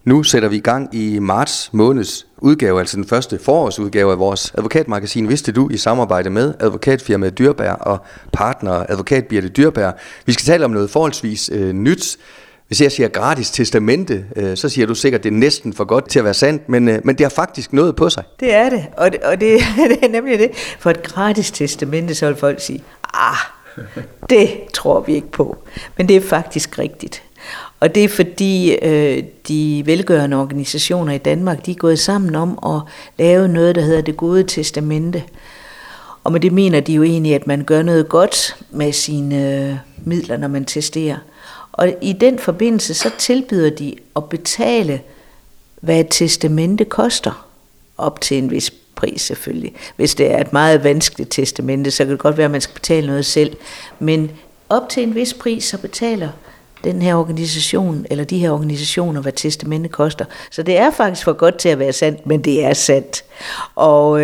Nu sætter vi i gang i marts måneds udgave, altså den første forårsudgave af vores advokatmagasin, Vidste du, i samarbejde med advokatfirmaet Dyrbær og partner advokat Birte Dyrbær. Vi skal tale om noget forholdsvis nyt. Hvis jeg siger gratis testamente, så siger du sikkert, at det er næsten for godt til at være sandt, men det har faktisk noget på sig. Det er det, og det er nemlig det. For et gratis testamente, så vil folk sige, det tror vi ikke på. Men det er faktisk rigtigt. Og det er fordi de velgørende organisationer i Danmark, de er gået sammen om at lave noget, der hedder Det Gode Testamente. Og med det mener de jo egentlig, at man gør noget godt med sine midler, når man testerer. Og i den forbindelse, så tilbyder de at betale, hvad et testamente koster. Op til en vis pris selvfølgelig. Hvis det er et meget vanskeligt testamente, så kan det godt være, at man skal betale noget selv. Men op til en vis pris, så betaler den her organisation, eller de her organisationer, hvad testamente koster. Så det er faktisk for godt til at være sandt, men det er sandt. Og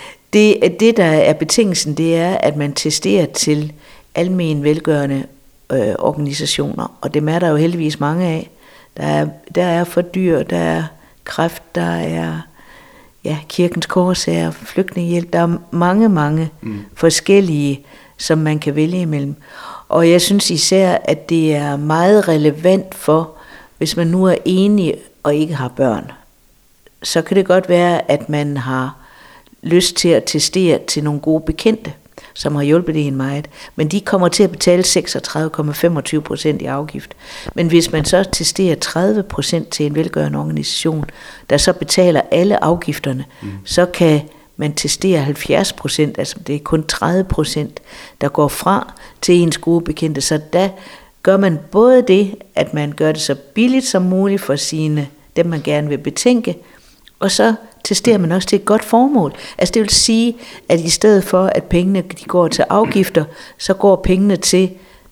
det der er betingelsen, det er, at man testerer til almen velgørende organisationer, og dem er der jo heldigvis mange af. Der er for dyr, der er kræft, der er Kirkens Korshær, flygtningehjælp, der er mange forskellige, som man kan vælge imellem. Og jeg synes især, at det er meget relevant for, hvis man nu er enig og ikke har børn, så kan det godt være, at man har lyst til at testere til nogle gode bekendte, som har hjulpet det en meget, men de kommer til at betale 36,25% i afgift. Men hvis man så testerer 30% til en velgørende organisation, der så betaler alle afgifterne, så kan man testere 70%, altså det er kun 30%, der går fra til ens gode bekendte. Så der gør man både det, at man gør det så billigt som muligt for dem man gerne vil betænke, og så testerer man også til et godt formål. Altså det vil sige, at i stedet for, at pengene de går til afgifter, så går pengene til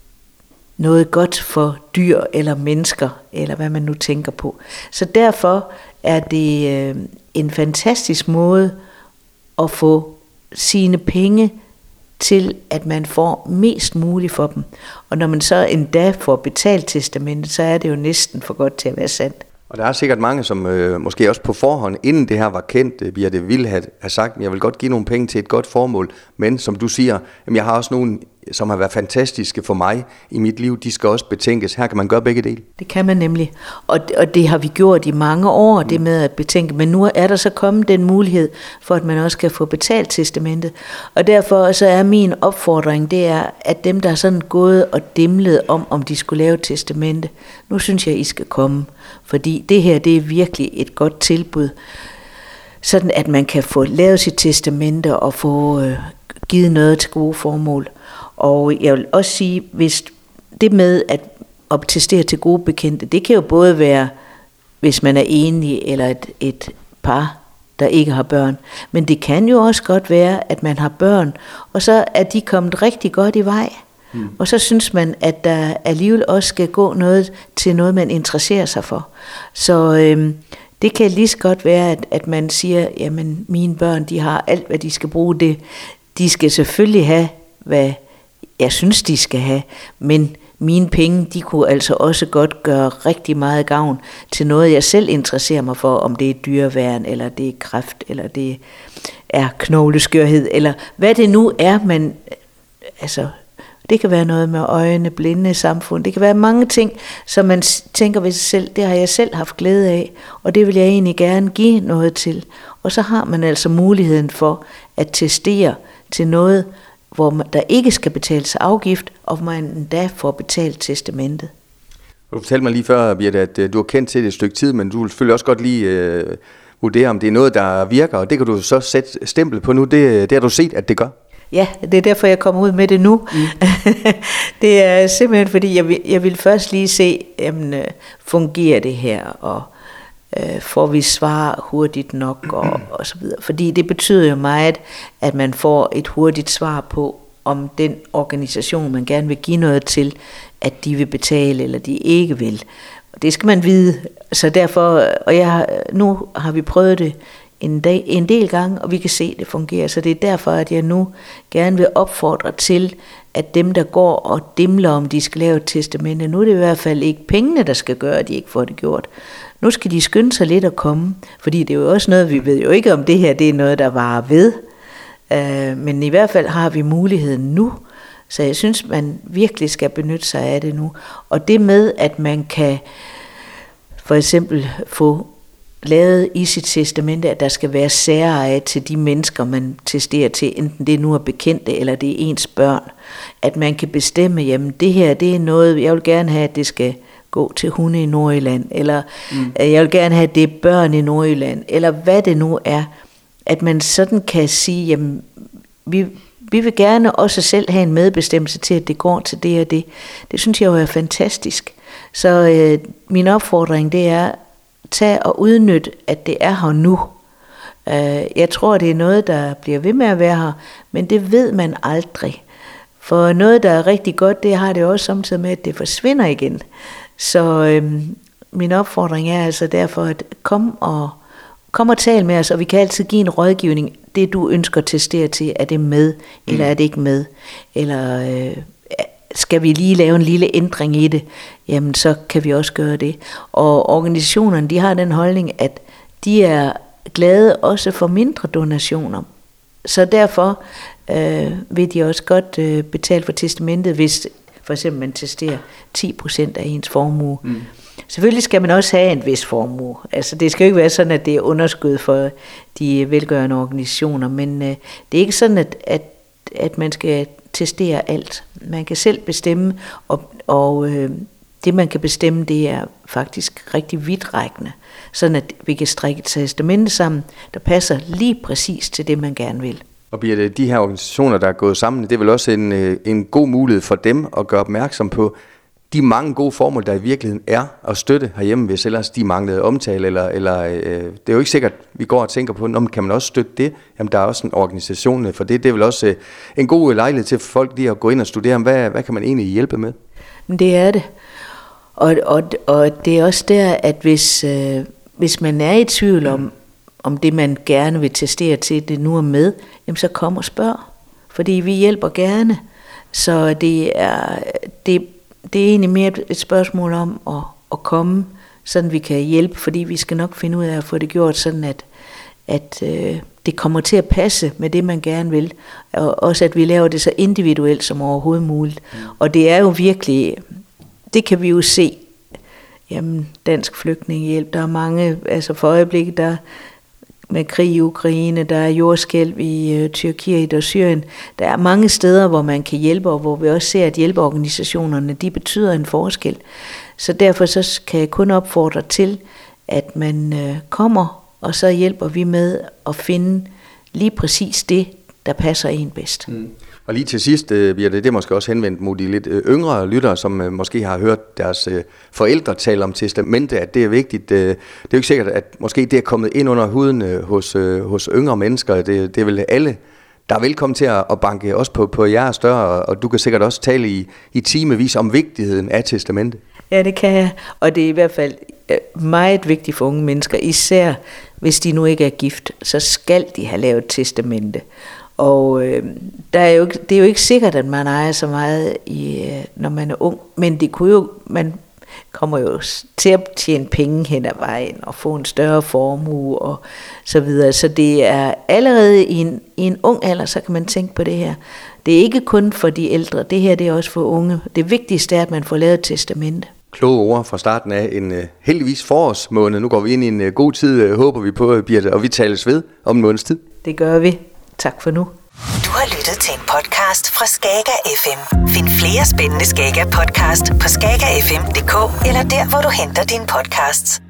noget godt for dyr eller mennesker, eller hvad man nu tænker på. Så derfor er det en fantastisk måde at få sine penge til, at man får mest muligt for dem. Og når man så endda får betalt testamentet, så er det jo næsten for godt til at være sandt. Og der er sikkert mange, som måske også på forhånd, inden det her var kendt, Birte, ville have sagt, at jeg vil godt give nogle penge til et godt formål, men som du siger, jeg har også nogen, som har været fantastiske for mig i mit liv, de skal også betænkes. Her kan man gøre begge dele. Det kan man nemlig, og det har vi gjort i mange år, det med at betænke, men nu er der så kommet den mulighed for, at man også kan få betalt testamentet. Og derfor så er min opfordring, det er, at dem, der er sådan gået og dimlet om de skulle lave et testamente, nu synes jeg, I skal komme, fordi det her, det er virkelig et godt tilbud, sådan at man kan få lavet sit testamente og få givet noget til gode formål. Og jeg vil også sige, hvis det med at optestere til gode bekendte, det kan jo både være, hvis man er enlig eller et par, der ikke har børn. Men det kan jo også godt være, at man har børn, og så er de kommet rigtig godt i vej. Og så synes man, at der alligevel også skal gå noget til noget, man interesserer sig for. Så det kan lige så godt være, at man siger, jamen mine børn, de har alt, hvad de skal bruge det. De skal selvfølgelig have, hvad jeg synes, de skal have, men mine penge, de kunne altså også godt gøre rigtig meget gavn til noget, jeg selv interesserer mig for, om det er dyreværn, eller det er kræft, eller det er knogleskørhed, eller hvad det nu er, men altså, det kan være noget med øjne, blinde samfund, det kan være mange ting, som man tænker ved sig selv, det har jeg selv haft glæde af, og det vil jeg egentlig gerne give noget til. Og så har man altså muligheden for at testere til noget, hvor der ikke skal betales afgift, og hvor man endda får betalt testamentet. Du fortalte mig lige før, Birte, at du har kendt til det et stykke tid, men du vil selvfølgelig også godt lige vurdere, om det er noget, der virker, og det kan du så sætte stempel på nu. Det har du set, at det gør. Ja, det er derfor, jeg kommer ud med det nu. Det er simpelthen, fordi jeg vil først lige se, fungerer det her, og får vi svar hurtigt nok, og så videre. Fordi det betyder jo meget, at man får et hurtigt svar på, om den organisation, man gerne vil give noget til, at de vil betale, eller de ikke vil. Og det skal man vide. Så derfor, nu har vi prøvet det en del gange, og vi kan se, at det fungerer. Så det er derfor, at jeg nu gerne vil opfordre til, at dem, der går og dimler, om de skal lave et testamente, nu er det i hvert fald ikke pengene, der skal gøre, at de ikke får det gjort. Nu skal de skynde sig lidt at komme, fordi det er jo også noget, vi ved jo ikke, om det her det er noget, der varer ved. Men i hvert fald har vi muligheden nu, så jeg synes, man virkelig skal benytte sig af det nu. Og det med, at man kan for eksempel få lavet i sit testamente, at der skal være særeje til de mennesker, man testerer til, enten det nu er bekendte, eller det er ens børn. At man kan bestemme, jamen det her, det er noget, jeg vil gerne have, at det skal gå til hunde i Nordjylland, eller jeg vil gerne have, at det er børn i Nordjylland, eller hvad det nu er. At man sådan kan sige, jamen vi vil gerne også selv have en medbestemmelse til, at det går til det og det. Det synes jeg jo er fantastisk. Så min opfordring, det er, tag og udnyt, at det er her nu. Jeg tror, det er noget, der bliver ved med at være her, men det ved man aldrig. For noget, der er rigtig godt, det har det også samtidig med, at det forsvinder igen. Så min opfordring er altså derfor, at kom og tal med os, og vi kan altid give en rådgivning. Det, du ønsker at testere til, er det med, eller er det ikke med? Eller skal vi lige lave en lille ændring i det? Jamen, så kan vi også gøre det. Og organisationerne, de har den holdning, at de er glade også for mindre donationer. Så derfor vil de også godt betale for testamentet, hvis for eksempel man testerer 10% af ens formue. Selvfølgelig skal man også have en vis formue. Altså det skal jo ikke være sådan, at det er underskud for de velgørende organisationer, men det er ikke sådan, at man skal testere alt. Man kan selv bestemme, og det man kan bestemme, det er faktisk rigtig vidtrækkende, sådan at vi kan strikke et testamente sammen, der passer lige præcis til det, man gerne vil. Og Birthe, de her organisationer, der er gået sammen, det er vel også en god mulighed for dem at gøre opmærksom på de mange gode formål, der i virkeligheden er at støtte herhjemme, hvis ellers de manglede omtale, eller det er jo ikke sikkert, vi går og tænker på, kan man også støtte det? Jamen, der er også en organisation for det. Det er vel også en god lejlighed til folk lige at gå ind og studere, hvad kan man egentlig hjælpe med? Det er det. Og det er også der, at hvis man er i tvivl om det, man gerne vil testere til, det nu er med, jamen så kom og spørg. Fordi vi hjælper gerne. Så det er egentlig mere et spørgsmål om at komme, sådan vi kan hjælpe, fordi vi skal nok finde ud af at få det gjort sådan, at det kommer til at passe med det, man gerne vil. Og også at vi laver det så individuelt som overhovedet muligt. Og det er jo virkelig, det kan vi jo se, jamen Dansk Flygtningehjælp, der er mange, altså for øjeblikket, der med krig i Ukraine, der er jordskælv i Tyrkiet og Syrien. Der er mange steder, hvor man kan hjælpe, og hvor vi også ser, at hjælpeorganisationerne, de betyder en forskel. Så derfor så kan jeg kun opfordre til, at man kommer, og så hjælper vi med at finde lige præcis det, der passer en bedst. Og lige til sidst, Birthe, det er måske også henvendt mod de lidt yngre lyttere, som måske har hørt deres forældre tale om testamente, at det er vigtigt. Det er jo ikke sikkert, at måske det er kommet ind under huden hos yngre mennesker. Det er vel alle, der er velkommen til at banke også på jeres dør, og du kan sikkert også tale i timevis om vigtigheden af testamente. Ja, det kan jeg, og det er i hvert fald meget vigtigt for unge mennesker, især hvis de nu ikke er gift, så skal de have lavet testamente. Og det er jo ikke sikkert, at man ejer så meget, når man er ung, men man kommer jo til at tjene penge hen ad vejen og få en større formue og så videre. Så det er allerede i en ung alder, så kan man tænke på det her. Det er ikke kun for de ældre, det her det er også for unge. Det vigtigste er, at man får lavet et testamente. Kloge ord fra starten af en heldigvis forårsmåned. Nu går vi ind i en god tid, håber vi på, Birthe, og vi tales ved om en måneds tid. Det gør vi. Tak for nu. Du har lyttet til en podcast fra Skager FM. Find flere spændende Skager podcast på skagerfm.dk eller der, hvor du henter dine podcasts.